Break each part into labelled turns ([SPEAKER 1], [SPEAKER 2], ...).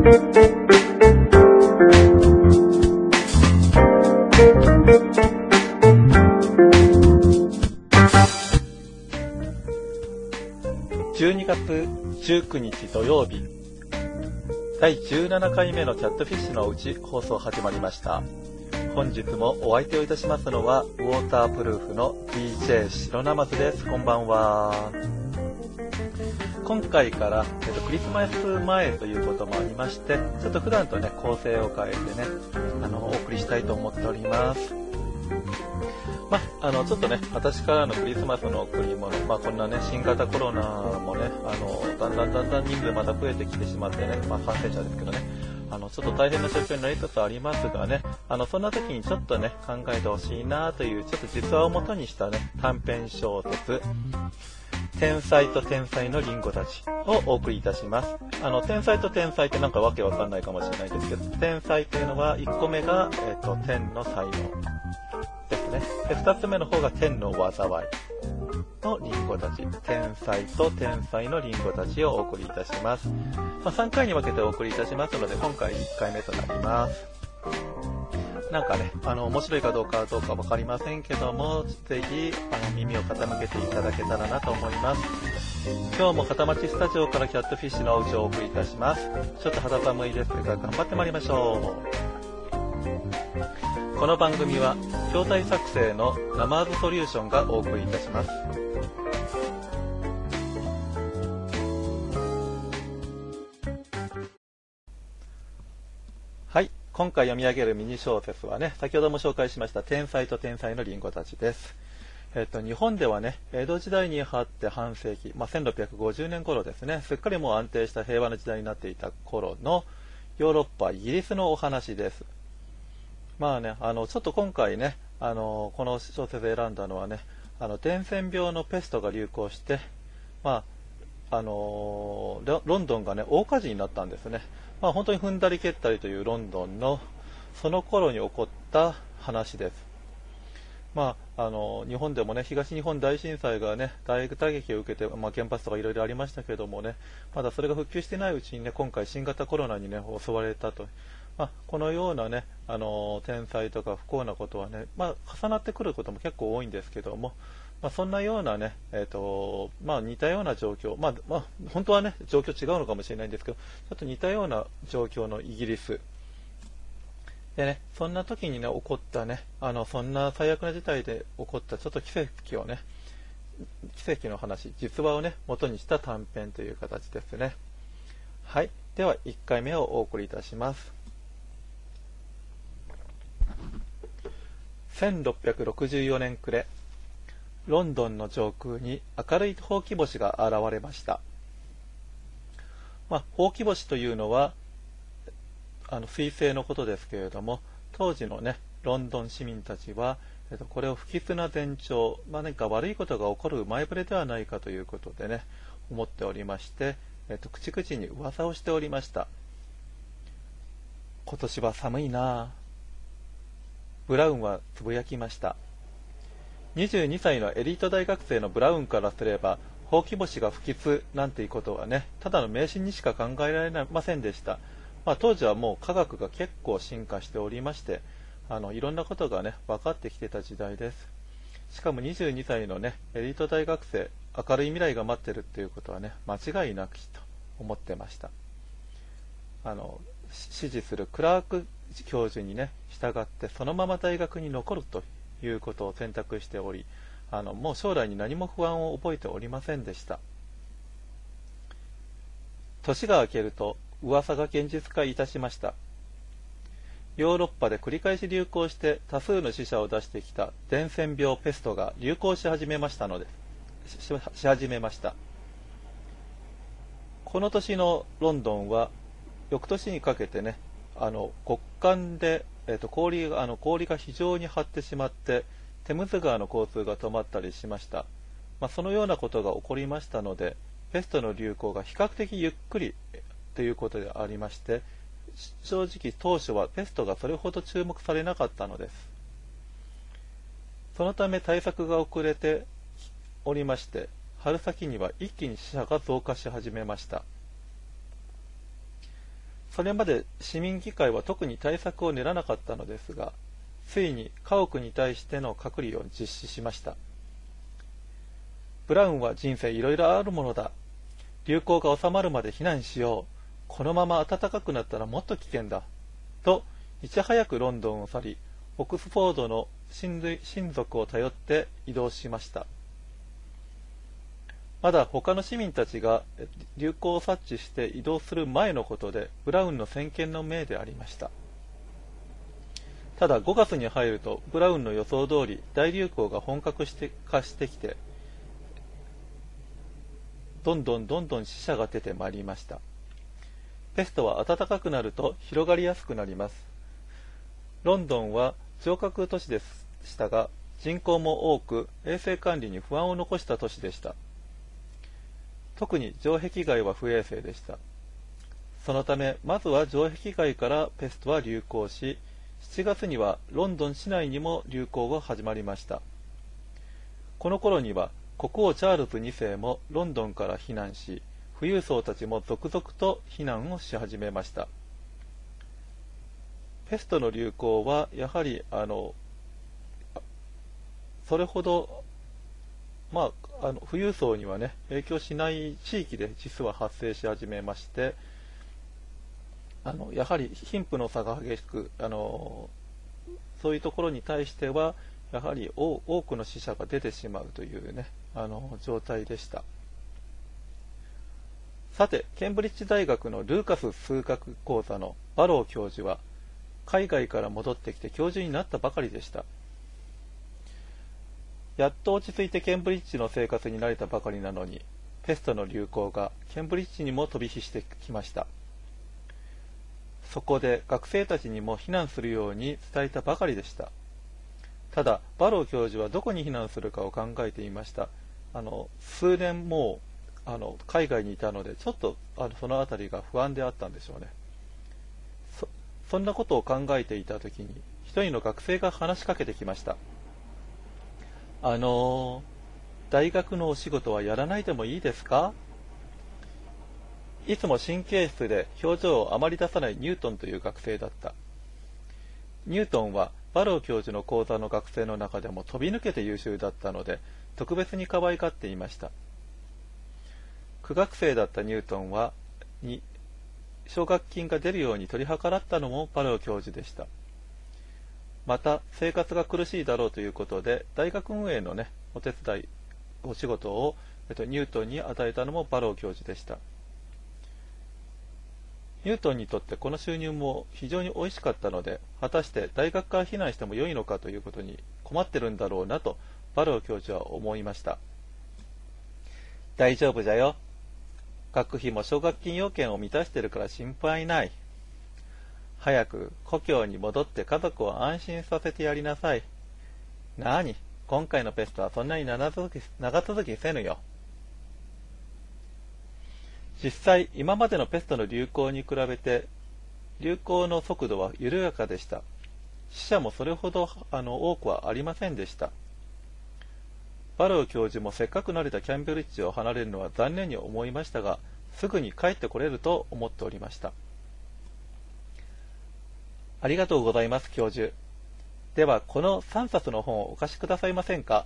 [SPEAKER 1] 12月19日土曜日、第17回目のキャットフィッシュのうち放送始まりました。本日もお相手をいたしますのはウォータープルーフの DJ 白ナマズです。こんばんは。今回から、クリスマス前ということもありまして、ちょっと普段とね構成を変えてねお送りしたいと思っております。ちょっとね、私からのクリスマスの贈り物、こんなね、新型コロナもね、だんだん人数また増えてきてしまってね、感染者ですけどね、ちょっと大変な状況になりつつありますがね、そんな時にちょっとね、考えてほしいなという、ちょっと実話をもとにしたね、短編小説、天才と天才のリンゴたちをお送りいたします。天才と天才ってなんかわけわかんないかもしれないですけど、天才というのは1個目が、天の才能ですね。で、2つ目の方が天の災いのリンゴたち、天才と天才のリンゴたちをお送りいたします。3回に分けてお送りいたしますので、今回1回目となります。なんかね、面白いかどうかわかりませんけども、ぜひ耳を傾けていただけたらなと思います。今日も片町スタジオからキャットフィッシュのお家をお送りいたします。ちょっと肌寒いですが頑張ってまいりましょう。この番組は教材作成のナマーズソリューションがお送りいたします。はい、今回読み上げるミニ小説はね、先ほども紹介しました天才と天才のリンゴたちです。日本ではね、江戸時代に入って半世紀、1650年頃ですね、すっかりもう安定した平和な時代になっていた頃のヨーロッパ、イギリスのお話です。ちょっと今回ね、この小説で選んだのはね、伝染病のペストが流行して、ロンドンがね、大火事になったんですね。本当に踏んだり蹴ったりというロンドンの、その頃に起こった話です。日本でもね、東日本大震災がね、大打撃を受けて、原発とかいろいろありましたけどもね、まだそれが復旧してないうちにね、今回新型コロナにね、襲われたと。このようなね、天災とか不幸なことはね、重なってくることも結構多いんですけども、そんなようなね、似たような状況、本当はね、状況違うのかもしれないんですけど、ちょっと似たような状況のイギリスでね、そんな時にね、起こったね、そんな最悪な事態で起こったちょっと奇跡をね、奇跡の話、実話をね、元にした短編という形ですね。はい、では1回目をお送りいたします。1664年暮れ、ロンドンの上空に明るいほうき星が現れました。ほうき星というのは彗星のことですけれども、当時のねロンドン市民たちは、これを不吉な前兆、何か悪いことが起こる前触れではないかということでね思っておりまして、口々に噂をしておりました。今年は寒いなぁ。ブラウンはつぶやきました。22歳のエリート大学生のブラウンからすれば、ほうき星が不吉なんていうことはね、ただの迷信にしか考えられませんでした。当時はもう科学が結構進化しておりまして、いろんなことがね分かってきてた時代です。しかも22歳のねエリート大学生、明るい未来が待ってるっていうことはね間違いなきと思ってました。支持するクラーク教授にね従ってそのまま大学に残るということを選択しており、もう将来に何も不安を覚えておりませんでした。年が明けると噂が現実化いたしました。ヨーロッパで繰り返し流行して多数の死者を出してきた伝染病ペストが流行し始めました。この年のロンドンは翌年にかけてね、極寒で、氷が非常に張ってしまってテムズ川の交通が止まったりしました。そのようなことが起こりましたので、ペストの流行が比較的ゆっくりということでありまして、正直当初はペストがそれほど注目されなかったのです。そのため対策が遅れておりまして、春先には一気に死者が増加し始めました。 それまで市民議会は特に対策を練らなかったのですが、ついに家屋に対しての隔離を実施しました。ブラウンは人生いろいろあるものだ。流行が収まるまで避難しよう。このまま暖かくなったらもっと危険だ。と、いち早くロンドンを去り、オックスフォードの親族を頼って移動しました。まだ他の市民たちが流行を察知して移動する前のことで、ブラウンの先見の明でありました。ただ5月に入ると、ブラウンの予想通り大流行が本格化してきて、どんどん死者が出てまいりました。ペストは暖かくなると広がりやすくなります。ロンドンは城郭都市でしたが、人口も多く衛生管理に不安を残した都市でした。特に城壁街は不衛生でした。そのため、まずは城壁街からペストは流行し、7月にはロンドン市内にも流行が始まりました。この頃には国王チャールズ2世もロンドンから避難し、富裕層たちも続々と避難をし始めました。ペストの流行はやはりそれほど富裕層にはね影響しない地域で実は発生し始めまして、やはり貧富の差が激しくそういうところに対してはやはり多くの死者が出てしまうというね状態でした。さて、ケンブリッジ大学のルーカス数学講座のバロー教授は海外から戻ってきて教授になったばかりでした。やっと落ち着いてケンブリッジの生活に慣れたばかりなのに、ペストの流行がケンブリッジにも飛び火してきました。そこで学生たちにも避難するように伝えたばかりでした。ただ、バロー教授はどこに避難するかを考えていました。数年も海外にいたので、ちょっとそのあたりが不安であったんでしょうね。そんなことを考えていたときに、一人の学生が話しかけてきました。大学のお仕事はやらないでもいいですか？いつも神経質で表情をあまり出さないニュートンという学生だった。ニュートンはバロー教授の講座の学生の中でも飛び抜けて優秀だったので、特別に可愛がっていました。苦学生だったニュートンに奨学金が出るように取り計らったのもバロー教授でした。また、生活が苦しいだろうということで、大学運営のお手伝い、お仕事を、ニュートンに与えたのもバロー教授でした。ニュートンにとってこの収入も非常に美味しかったので、果たして大学から避難しても良いのかということに困ってるんだろうなと、バロー教授は思いました。大丈夫じゃよ。学費も奨学金要件を満たしてるから心配ない。早く故郷に戻って家族を安心させてやりなさい。なに、今回のペストはそんなに長続きせぬよ。実際、今までのペストの流行に比べて、流行の速度は緩やかでした。死者もそれほど多くはありませんでした。バロー教授もせっかく慣れたキャンブリッジを離れるのは残念に思いましたが、すぐに帰ってこれると思っておりました。ありがとうございます、教授。では、この3冊の本をお貸しくださいませんか？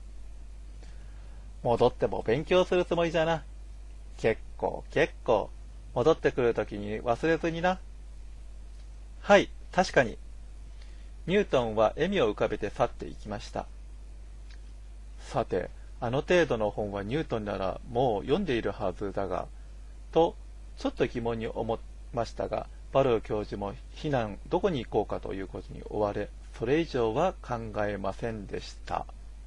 [SPEAKER 1] 戻っても勉強するつもりじゃな。結構。戻ってくるときに忘れずにな。はい、確かに。ニュートンは笑みを浮かべて去っていきました。さて、あの程度の本はニュートンならもう読んでいるはずだが、と、ちょっと疑問に思いましたが、バロー教授も避難どこに行こうかということに追われ、それ以上は考えませんでした。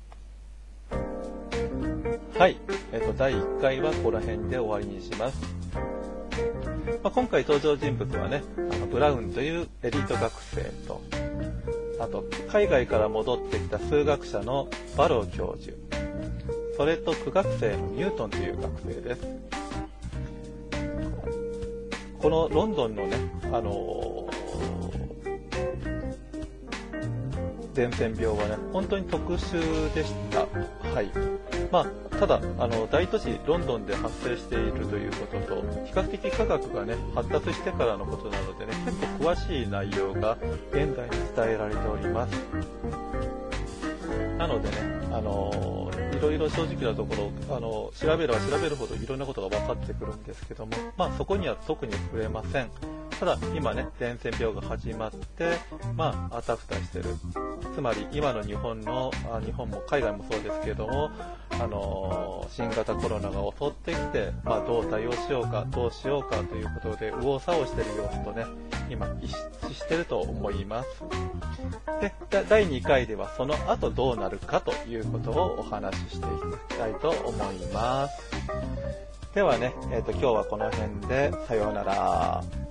[SPEAKER 1] はい、第1回はこの辺で終わりにします。今回登場人物はね、ブラウンというエリート学生と、あと海外から戻ってきた数学者のバロー教授、それと苦学生のニュートンという学生です。このロンドンのね、伝染病はね、本当に特殊でした。はい。 ただ、大都市ロンドンで発生しているということと、比較的科学がね、発達してからのことなのでね、結構詳しい内容が現代に伝えられております。なのでね、いろいろ正直なところ、調べれば調べるほどいろんなことが分かってくるんですけども、そこには特に触れません。ただ、今ね、伝染病が始まって、あたふたしてる。つまり、今の日本も海外もそうですけども、新型コロナが襲ってきて、どう対応しようか、どうしようかということで、右往左往してる様子とね、今、一致してると思います。で、第2回ではその後どうなるかということをお話ししていきたいと思います。ではね、今日はこの辺で、さようなら。